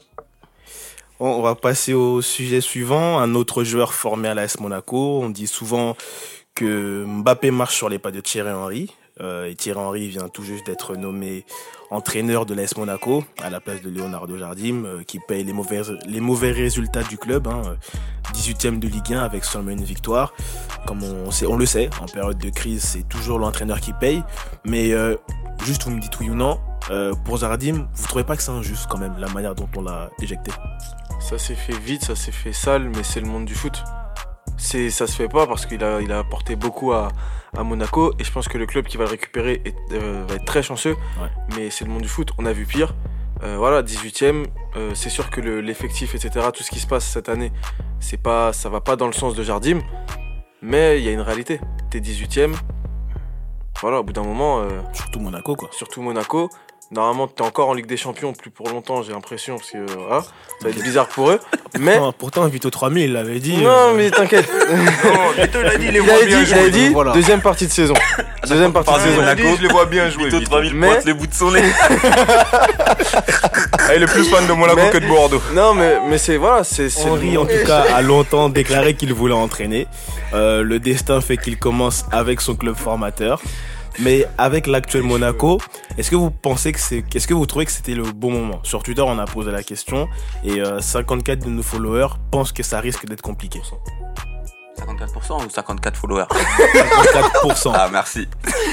Bon, on va passer au sujet suivant. Un autre joueur formé à l'A S Monaco. On dit souvent que Mbappé marche sur les pas de Thierry Henry. Euh, et Thierry Henry vient tout juste d'être nommé entraîneur de l'A S Monaco à la place de Leonardo Jardim, euh, qui paye les mauvais, les mauvais résultats du club. Hein, dix-huitième de Ligue un avec seulement une victoire. Comme on, sait, on le sait, en période de crise, c'est toujours l'entraîneur qui paye. Mais euh, juste, vous me dites oui ou non, euh, pour Jardim, vous trouvez pas que c'est injuste quand même, la manière dont on l'a éjecté? Ça s'est fait vite, ça s'est fait sale, mais c'est le monde du foot. C'est, ça se fait pas parce qu'il a, il a apporté beaucoup à, à Monaco et je pense que le club qui va le récupérer est, euh, va être très chanceux. Ouais. Mais c'est le monde du foot, on a vu pire. Euh, voilà, dix-huitième, euh, c'est sûr que le, l'effectif, et cetera, tout ce qui se passe cette année, c'est pas, ça va pas dans le sens de Jardim, mais il y a une réalité. T'es dix-huitième, voilà, au bout d'un moment, euh, Surtout Monaco, quoi. surtout Monaco, Normalement, t'es encore en Ligue des Champions, plus pour longtemps, j'ai l'impression, parce que voilà, ça va être bizarre pour eux. Mais Non, pourtant, Vito trois mille, il l'avait dit. non, euh, mais t'inquiète. Non, Vito, il a dit, il les Il voit avait bien dit, il avait jouer. dit voilà. deuxième partie de saison. Deuxième partie de Pardon, saison. il a dit, je les vois bien jouer. Vito Vito. trois mille Mais- pointe les bouts de son nez. Ah, il est plus fan de Monaco Mais- que de Bordeaux. Non, mais, mais c'est voilà, c'est. c'est Henry, le- en tout cas, a longtemps déclaré qu'il voulait entraîner. Euh, le destin fait qu'il commence avec son club formateur. Mais avec l'actuel Monaco, est-ce que vous pensez que c'est, est-ce que vous trouvez que c'était le bon moment? Sur Twitter, on a posé la question et euh, cinquante-quatre de nos followers pensent que ça risque d'être compliqué. cinquante-quatre pour cent ou cinquante-quatre followers? cinquante-quatre pour cent. Ah, merci.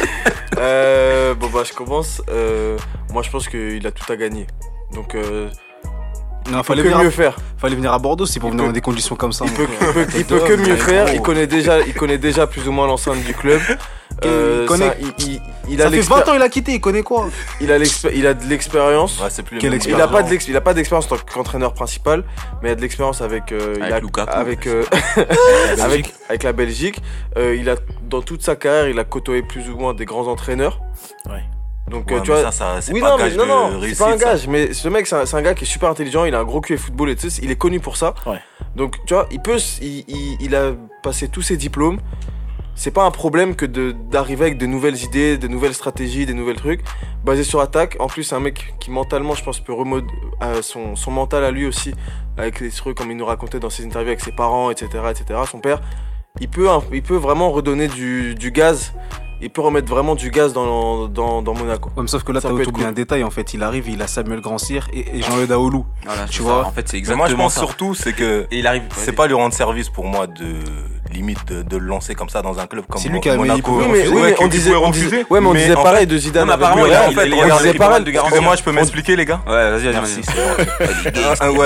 Euh, bon bah je commence. Euh, moi je pense qu'il a tout à gagner. Donc euh, Non, il fallait peut que venir, mieux à, faire. fallait venir à Bordeaux si pour Il venir peut- dans des conditions comme ça. Il mon peut, frère. il peut, il peut que mieux faire. Il connaît déjà, il connaît déjà plus ou moins l'enceinte du club. Euh, Il connaît- ça, il, il, il a Ça fait l'expé- vingt ans il a quitté, il connaît quoi? il a l'expé- il a de l'expérience. Ouais, c'est plus les Quelle mêmes Il a gars. pas de l'ex- il a pas d'expérience en tant qu'entraîneur principal, mais il a de l'expérience avec euh, il Avec a- Lukaku. avec euh, avec avec la Belgique. Euh, il a dans toute sa carrière, il a côtoyé plus ou moins des grands entraîneurs. Ouais. Donc Ouais, euh, tu mais vois, ça, ça, c'est oui pas non, gage mais, non de non, c'est réussite, pas un ça. gage, mais ce mec c'est un, c'est un gars qui est super intelligent, il a un gros Q et football et tu sais, il est connu pour ça. Ouais. Donc tu vois, il peut, s- il, il, il a passé tous ses diplômes. C'est pas un problème que de d'arriver avec de nouvelles idées, de nouvelles stratégies, des nouvelles trucs basés sur attaque. En plus, c'est un mec qui mentalement, je pense, peut remodeler son, son mental à lui aussi avec les trucs comme il nous racontait dans ses interviews avec ses parents, et cetera, et cetera. Son père, il peut, un- il peut vraiment redonner du, du gaz. Il peut remettre vraiment du gaz dans, dans, dans Monaco. Ouais, mais sauf que là, Ça t'as peut être oublié cool. un détail en fait. Il arrive, il a Samuel Grandcir et, et Jean-Eudes Aoulou. Voilà, Tu c'est vois. ça. En fait, c'est Mais exactement moi, je pense ça. surtout, c'est que Et il arrive. c'est pas lui rendre service pour moi de limite de, de le lancer comme ça dans un club comme C'est lui qui a- mais il Monaco. pouvait Oui, mais, refuser. oui, mais qui- on qui disait, pouvait on disait, refuser. ouais, mais on disait en pareil fait- de Zidane. Non, mais avec apparemment, le il a- Real. il a- il a on gardé disait les pareil. commandes de garantie. Excusez-moi, je peux m'expliquer, les gars? Ouais, vas-y, vas-y, Merci. vas-y. Ah, ah, ouais.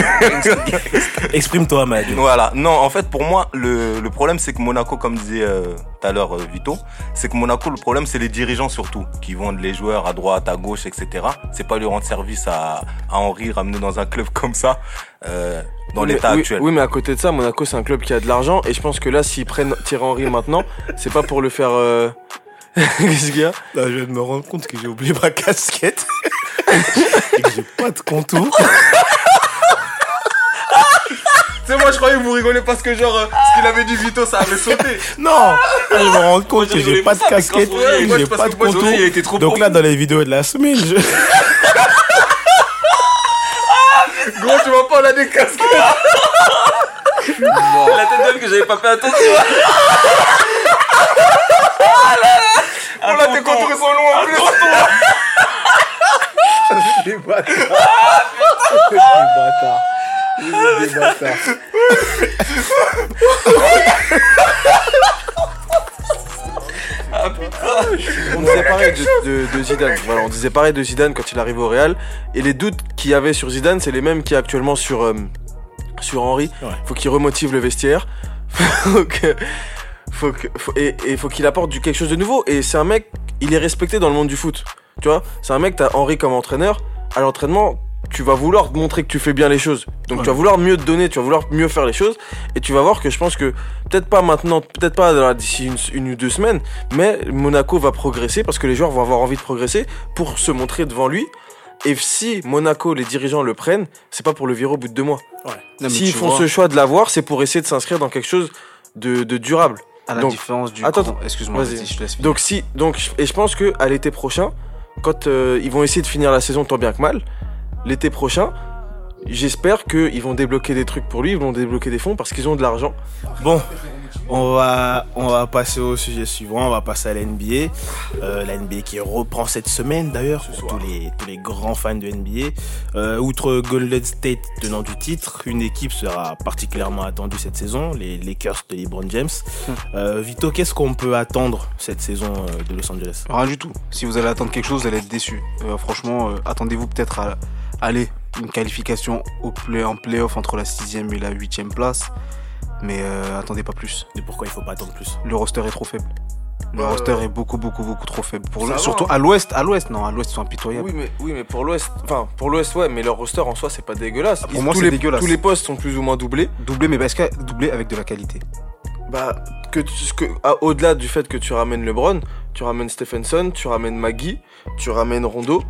Exprime-toi, Mad. Voilà. Non, en fait, pour moi, le, le problème, c'est que Monaco, comme disait euh, tout à l'heure euh, Vito, c'est que Monaco, le problème, c'est les dirigeants surtout, qui vendent les joueurs à droite, à gauche, et cetera. C'est pas lui rendre service à, à Henry, ramener dans un club comme ça, euh, dans Oui, mais- l'état oui, actuel. Oui, mais à côté de ça, Monaco, c'est un club qui a de l'argent. Et je pense que là, s'ils prennent Thierry Henry maintenant, c'est pas pour le faire. euh, Qu'est-ce qu'il y a? Là, je viens de me rendre compte que j'ai oublié ma casquette et que j'ai pas de contour. C'est moi, je croyais que vous rigolez parce que, genre, euh, ce qu'il avait dit Vito, ça avait sauté. Non, là, je me rends compte que j'ai j'ai rigolé pas pour de ça, parce qu'en casquette, vrai, et moi, j'ai parce pas que de moi, je contour. trouvais qu'il était trop Donc beau. là, dans les vidéos de la semaine, je... Gros, tu vois pas, on a des casquettes. La tête d'homme que j'avais pas fait attention. On a des contours, ils sont longs en plus. Des bâtards. Des bâtards. Des bâtards. On disait pareil de, de- de Zidane. Voilà, on disait pareil de Zidane quand il arrive au Real. Et les doutes qu'il y avait sur Zidane, c'est les mêmes qu'il y a actuellement sur, euh, sur Henry. Ouais. Faut qu'il remotive le vestiaire. faut que, faut que, faut- et il faut qu'il apporte du, quelque chose de nouveau. Et c'est un mec, il est respecté dans le monde du foot. Tu vois, c'est un mec, t'as Henry comme entraîneur. À l'entraînement, tu vas vouloir te montrer que tu fais bien les choses. Donc Ouais. tu vas vouloir mieux te donner, tu vas vouloir mieux faire les choses. Et tu vas voir que je pense que, peut-être pas maintenant, peut-être pas dans la- d'ici une, une ou deux semaines, mais Monaco va progresser parce que les joueurs vont avoir envie de progresser pour se montrer devant lui. Et si Monaco, les dirigeants le prennent, c'est pas pour le virer au bout de deux mois. Non, mais S'ils tu font vois, ce choix de l'avoir, c'est pour essayer de s'inscrire dans quelque chose de, de durable. à la donc- différence du. Attends, grand- Excuse-moi, vas-y. vas-y, je te laisse finir. Donc si, donc, et je pense que à l'été prochain, quand euh, ils vont essayer de finir la saison tant bien que mal, l'été prochain, j'espère qu'ils vont débloquer des trucs pour lui, ils vont débloquer des fonds parce qu'ils ont de l'argent. Bon, on va, on va passer au sujet suivant. On va passer à la N B A. Euh, la N B A qui reprend cette semaine d'ailleurs pour tous les, tous les grands fans de N B A. Euh, outre Golden State tenant du titre, une équipe sera particulièrement attendue cette saison, les Lakers de LeBron James. Euh, Vito, qu'est-ce qu'on peut attendre cette saison euh, de Los Angeles? Rien du tout. Si vous allez attendre quelque chose, vous allez être déçu. Euh, franchement, euh, attendez-vous peut-être à aller une qualification au play, en playoff entre la sixième et la huitième place. Mais euh, attendez pas plus. Et pourquoi il faut pas attendre plus? Le roster est trop faible. Le Bah, roster est beaucoup, beaucoup, beaucoup trop faible. Pour ça le- va, surtout hein. à l'ouest. À l'ouest, non, à l'ouest, ils sont impitoyables. Oui mais, oui, mais pour l'Ouest, enfin pour l'Ouest, ouais, mais leur roster en soi, c'est pas dégueulasse. Pour Ils- moi, tous c'est les, dégueulasse. Tous les postes sont plus ou moins doublés. Doublé, mais parce que doublé avec de la qualité. Bah, que tu, ce que, ah, au-delà du fait que tu ramènes LeBron, tu ramènes Stephenson, tu ramènes Maggie, tu ramènes Rondo.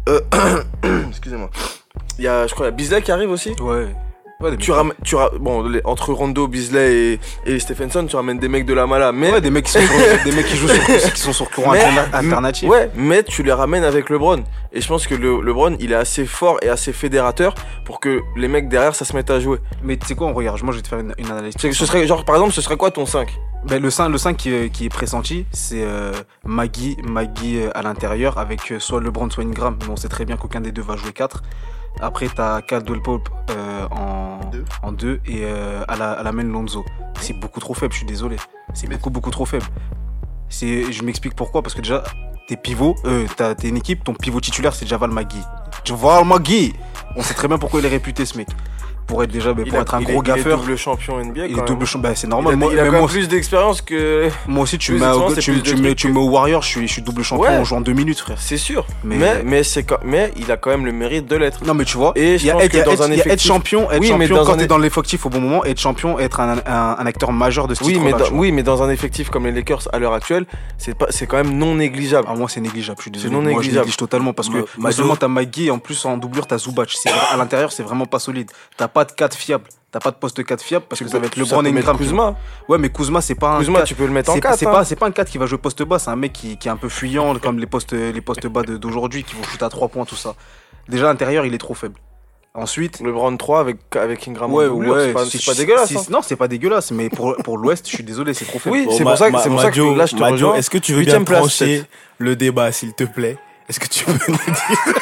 Euh, excusez-moi. Il y a, je crois, il y a Beasley qui arrive aussi. Ouais. Ouais, des Tu mecs- ramènes, tu ra- bon, les- entre Rondo, Beasley et, et Stephenson, tu ramènes des mecs de la mala, mais Ouais, des mecs qui sont sur, des mecs qui jouent sur, qui sont sur courant Mais- alterna- alternatif. ouais, mais tu les ramènes avec LeBron. Et je pense que le, LeBron, il est assez fort et assez fédérateur pour que les mecs derrière, ça se mette à jouer. Mais tu sais quoi, on regarde, moi je vais te faire une, une analyse. C'est que ce serait, genre, par exemple, ce serait quoi ton cinq? Ben, le cinq, le cinq qui, est- qui est pressenti, c'est euh, Maggie, Maggie euh, à l'intérieur avec euh, soit LeBron, soit Ingram. Mais on sait très bien qu'aucun des deux va jouer quatre. Après, t'as Caldwell Pope euh, en Deux. en deux et euh, à, la, à la main Lonzo. C'est beaucoup trop faible, je suis désolé. C'est beaucoup, beaucoup trop faible. C'est, je m'explique pourquoi, parce que déjà, tes pivots, euh, t'as, t'es une équipe, ton pivot titulaire, c'est Javal Magui. Javal Magui On sait très bien pourquoi il est réputé, ce mec. Pour être déjà, ben, Il pour a- être un il est- gros il est gaffeur. double champion N B A. Il quand est double même. champion, ben, c'est Il normal. a, moi, il a mais quand même moi, plus d'expérience que. moi aussi, tu plus me mets, d'expérience au- et tu, plus me- de tu, me- trucs tu que- me mets au Warrior, je suis, je suis double champion, Ouais. on joue en deux minutes, frère. C'est sûr. Mais- Mais, mais, c'est quand- mais il a quand même le mérite de l'être. Non, mais tu vois, Et il je y a, pense être, que il y a dans être- un il y a être effectif- champion, être Oui, mais champion dans quand un t'es é- dans l'effectif au bon moment, être champion, être un, un, un acteur majeur de ce Oui mais, titre-là. dans, tu vois. oui, mais dans un effectif comme les Lakers à l'heure actuelle, c'est pas, c'est quand même non négligeable. Ah, moi, c'est négligeable, je suis désolé. non Moi, je négligeable. néglige totalement parce que Ma- non Majo- seulement t'as Magui et en plus en doublure t'as Zubac. C'est- À l'intérieur, c'est vraiment pas solide. T'as pas de quatre fiable. T'as pas de poste quatre fiable parce que ça va être Ça LeBron peut et mettre Ingram. qui- Kuzma. Ouais, mais Kuzma, c'est pas un. Kuzma, quatre- tu peux le mettre en c'est- quatre, C'est hein. pas, c'est pas un quatre qui va jouer poste bas, c'est un mec qui, qui est un peu fuyant, comme les postes, les postes bas de- d'aujourd'hui, qui vont shooter à trois points, tout ça. Déjà, à l'intérieur, il est trop faible. Ensuite. LeBron trois avec, avec Ingram en Ouais, doublure, ouais, c'est pas, si- c'est pas dégueulasse. si- hein. Non, c'est pas dégueulasse, mais pour, pour l'Ouest, je suis désolé, c'est trop faible. Oui, Bon, c'est Ma- pour ça que, Ma- c'est pour ça que Majo, là, je te Majo, rejoins. est-ce que tu veux bien Huitième place, trancher peut-être. le débat, s'il te plaît? Est-ce que tu peux nous dire?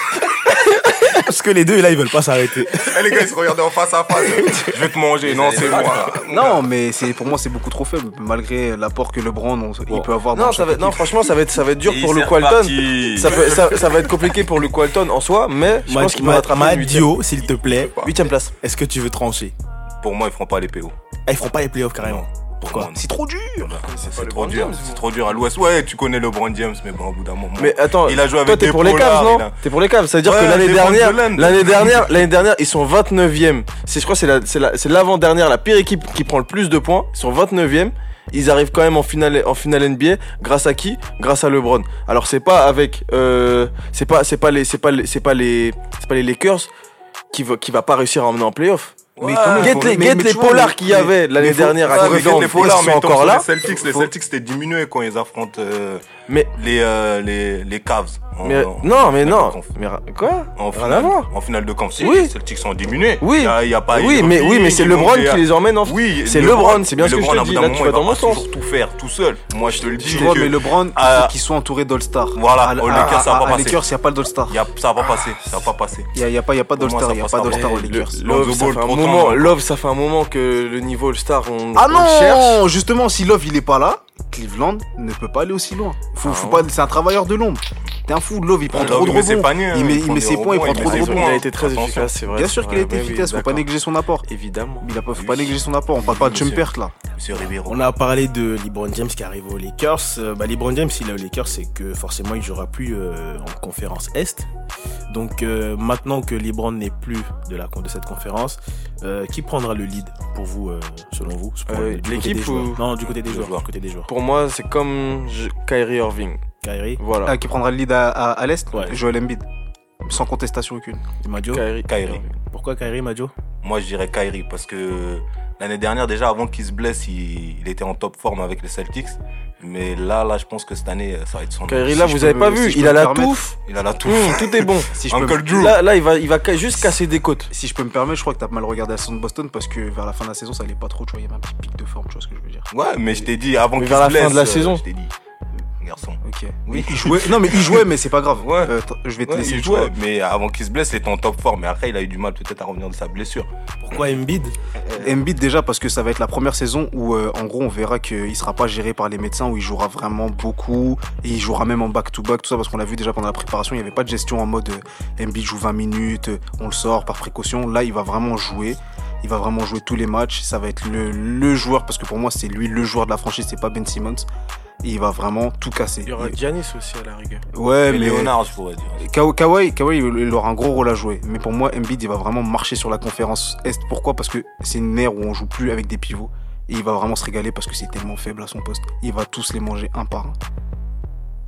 Parce que les deux, là, ils veulent pas s'arrêter. Eh, les gars, ils se regardaient en face à face. Je vais te manger. Non, c'est moi. Non, mais c'est pour moi c'est beaucoup trop faible malgré l'apport que LeBron on- il peut avoir. Dans Non, ça va, chaque non, équipe. franchement, ça va être, ça va être dur Et pour c'est le Walton. reparti. Ça, peut- ça, ça va être compliqué pour le Walton en soi, mais je Ma- pense qu'il va Ma- rattraper le huitième. Madio, s'il te plaît, Huitième place. est-ce que tu veux trancher? Pour moi, ils feront pas les P O. Ah, ils feront pas les playoffs carrément. Pourquoi? Non, non. C'est trop dur. C'est trop dur. C'est trop dur à l'ouest. Ouais, tu connais LeBron James, mais bon, au bout d'un moment. Mais attends, il a joué toi avec t'es des pour les polars, Cavs, non il a- T'es pour les Cavs, ça veut dire Ouais, que l'année les dernière, Wonderland. l'année dernière, l'année dernière, ils sont vingt-neuvième. C'est, je crois, que c'est la, c'est la, c'est l'avant-dernière, la pire équipe qui prend le plus de points. Ils sont vingt-neuvième. Ils arrivent quand même en finale, en finale N B A. Grâce à qui? Grâce à LeBron. Alors c'est pas avec, euh, c'est pas, c'est pas les, c'est pas les, c'est pas les, c'est pas les Lakers qui va, qui va pas réussir à emmener en playoff. Mais Ouais, quand même, Guette faut- les, mais- guette mais les tu vois, polars mais- qu'il y avait l'année mais faut- dernière à Ouais, mais Cleveland. les Ils polars, sont mais ils tombent encore sur là. Les Celtics, les Faut- Celtics, c'était diminué quand ils affrontent euh, Mais, les, euh, les, les Cavs. En, mais, en- non, mais en non. conf. Mais ra- quoi? En Rien à finale, voir. en finale de conf. Si, Oui. les Celtics sont diminués. Oui. Il y a, il y a pas Oui, Irving, mais, oui, mais c'est ils LeBron vont qui faire- les emmène en Oui, c'est LeBron, c'est bien ce que je LeBron, te à dis. bout d'un Là, moment, tu vas il dans va mon pas sens. toujours tout faire tout seul. Moi, je te le dis. Tu vois, que- mais LeBron, il Ah. faut qu'ils soient entourés d'All-Star. Voilà, À- aux à- Lakers, ça va à- pas à passer. Lakers, il n'y a pas d'All-Star. Il y a- Ça va pas passer. Ça va pas passer. Il n'y a, il y a pas, il y a pas Pour moi, d'All-Star. ça Il n'y a passera pas pas. d'All-Star aux Le- Lakers. Lonzo Love, ça Ball, fait un trop moment, tendre. Love, ça fait un moment que le niveau All-Star, on, Ah on cherche. non, justement, si Love il est pas là, Cleveland ne peut pas aller aussi loin. Faut, Ah faut ouais. pas, c'est un travailleur de l'ombre. T'es un fou, Love il prend Love, trop de il met ses rebonds. paniers, hein, Il met, il il prend met des ses points, il rebonds, prend il trop met de ses rebonds. points. Il a été très Attention. efficace, c'est vrai. Bien c'est sûr qu'il a vrai. été Oui, oui, efficace, faut pas d'accord. négliger son apport. Évidemment. Il a pas, faut Oui, pas oui. négliger son apport, on parle pas de Monsieur. Chumpert là. Monsieur Ribeiro. On a parlé de LeBron James qui arrive aux Lakers. Euh, bah, LeBron James, s'il est aux Lakers, c'est que forcément il jouera plus euh, en conférence Est. Donc euh, maintenant que LeBron n'est plus de, la, de cette conférence, euh, qui prendra le lead pour vous, euh, selon vous pour Euh, le- du côté l'équipe des joueurs ou- Non, du côté des Le joueurs. joueur. Du côté des joueurs. Pour moi, c'est comme je- Kyrie Irving. Kyrie, Voilà. Ah, qui prendra le lead à, à, à l'Est Ouais. Joel Embiid. Sans contestation aucune. Majo. Kyrie. Kyrie. Pourquoi Kyrie, Majo? Moi, je dirais Kyrie parce que l'année dernière, déjà, avant qu'il se blesse, il, il était en top forme avec les Celtics. Mais là, là, je pense que cette année, ça va être son. Kyrie, Si là, je vous peux avez me- pas si vu, je il peux a me la permettre. touffe. Il a la touffe. Hum, tout est bon. Si je, peux, Uncle me- Drew. Là, là, il va, il va ca- juste casser des côtes. si je peux me permettre, je crois que t'as mal regardé la saison de Boston parce que vers la fin de la saison, ça allait pas trop. Tu vois, il y avait un petit pic de forme, tu vois ce que je veux dire. Ouais, mais je t'ai dit, avant Mais qu'il vers se la blesse. fin de la euh, saison. Je t'ai dit, garçon. Ok. Oui, il jouait. Non, mais il jouait, mais c'est pas grave. Ouais. Euh, t- je vais te Ouais, laisser il le jouait, choix. mais avant qu'il se blesse, il était en top forme. Mais après, il a eu du mal peut-être à revenir de sa blessure. Pourquoi Embiid? Embiid déjà parce que ça va être la première saison où euh, en gros on verra qu'il sera pas géré par les médecins, où il jouera vraiment beaucoup et il jouera même en back-to-back, tout ça parce qu'on l'a vu déjà pendant la préparation, il n'y avait pas de gestion en mode euh, Embiid joue vingt minutes, euh, on le sort par précaution. Là il va vraiment jouer, il va vraiment jouer tous les matchs, ça va être le, le joueur, parce que pour moi c'est lui le joueur de la franchise, c'est pas Ben Simmons, et il va vraiment tout casser. Il y aura Giannis aussi à la rigueur. Ouais Et mais Léonard, je pourrais dire. Ka- Kawhi, Kawhi, il il aura un gros rôle à jouer. Mais pour moi, Embiid, il va vraiment marcher sur la conférence Est. Pourquoi? Parce que c'est une ère où on joue plus avec des pivots. Et il va vraiment se régaler parce que c'est tellement faible à son poste. Il va tous les manger un par un.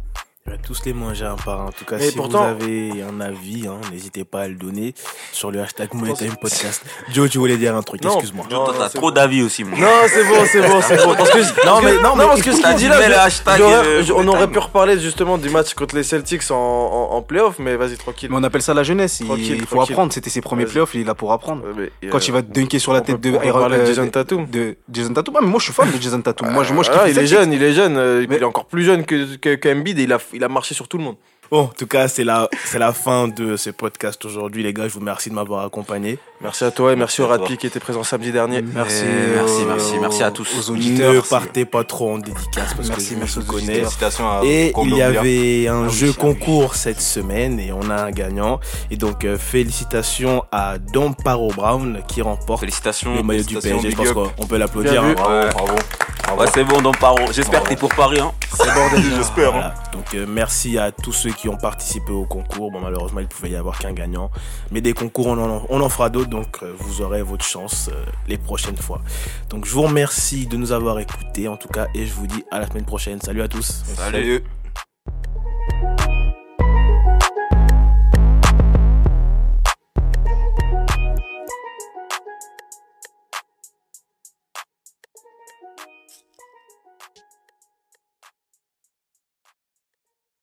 On va tous les manger un par un. En tout cas, Mais si pourtant- vous avez un avis, hein, n'hésitez pas à le donner sur le hashtag Money Time Podcast. Joe, tu voulais dire un truc, Non. excuse-moi. Non, Toi, non, t'as c'est trop bon. d'avis aussi, mon. Non, c'est bon, c'est bon, c'est bon. Parce que, Non, mais- non, mais parce que ce t'as qu'il dit dit là, mais le je- hashtag, j'aurais- euh, je- on Money aurait Time. pu reparler justement du match contre les Celtics en, en, en playoff, mais vas-y, tranquille. Mais on appelle ça la jeunesse. Il, Tranquille, il faut tranquille. apprendre. C'était ses premiers Vas-y. playoffs, il est là pour apprendre. Euh, mais, Quand euh, il va te dunker sur la on tête peut- de on peut Iron- parler de euh, Jason Tatum. de Jason Tatum. Ah, mais moi, je suis fan de Jason Tatum. Moi, je, moi, je Ah, kiffe il les est Celtics. jeune, il est jeune. euh, Mais- Il est encore plus jeune que, que, que Embiid et il a, il a marché sur tout le monde. Bon, en tout cas, c'est la, c'est la fin de ce podcast aujourd'hui, les gars. Je vous remercie de m'avoir accompagné. Merci à toi et merci au Merci à toi. Radpi qui était présent samedi dernier. Merci, Et merci, aux- merci, merci à tous. Aux auditeurs. Ne partez pas trop en dédicace parce Merci, que je merci vous aux connais. auditeurs. Félicitations à Et il y Colombia. avait un Ah oui, jeu ah oui. concours cette semaine et on a un gagnant. Et donc, euh, félicitations à Dom Paro Brown qui remporte Félicitations. le maillot du P S G. Je Big pense up. qu'on peut l'applaudir. Bien hein. vu. Bravo, bravo. bravo. Ouais, c'est bon, donc paro. J'espère que t'es pour Paris, hein. C'est bordel, j'espère. hein. Voilà. Donc euh, merci à tous ceux qui ont participé au concours. Bon, malheureusement, il pouvait y avoir qu'un gagnant. Mais des concours, on en, on en fera d'autres. Donc euh, vous aurez votre chance euh, les prochaines fois. Donc je vous remercie de nous avoir écoutés en tout cas. Et je vous dis à la semaine prochaine. Salut à tous. Salut. Salut.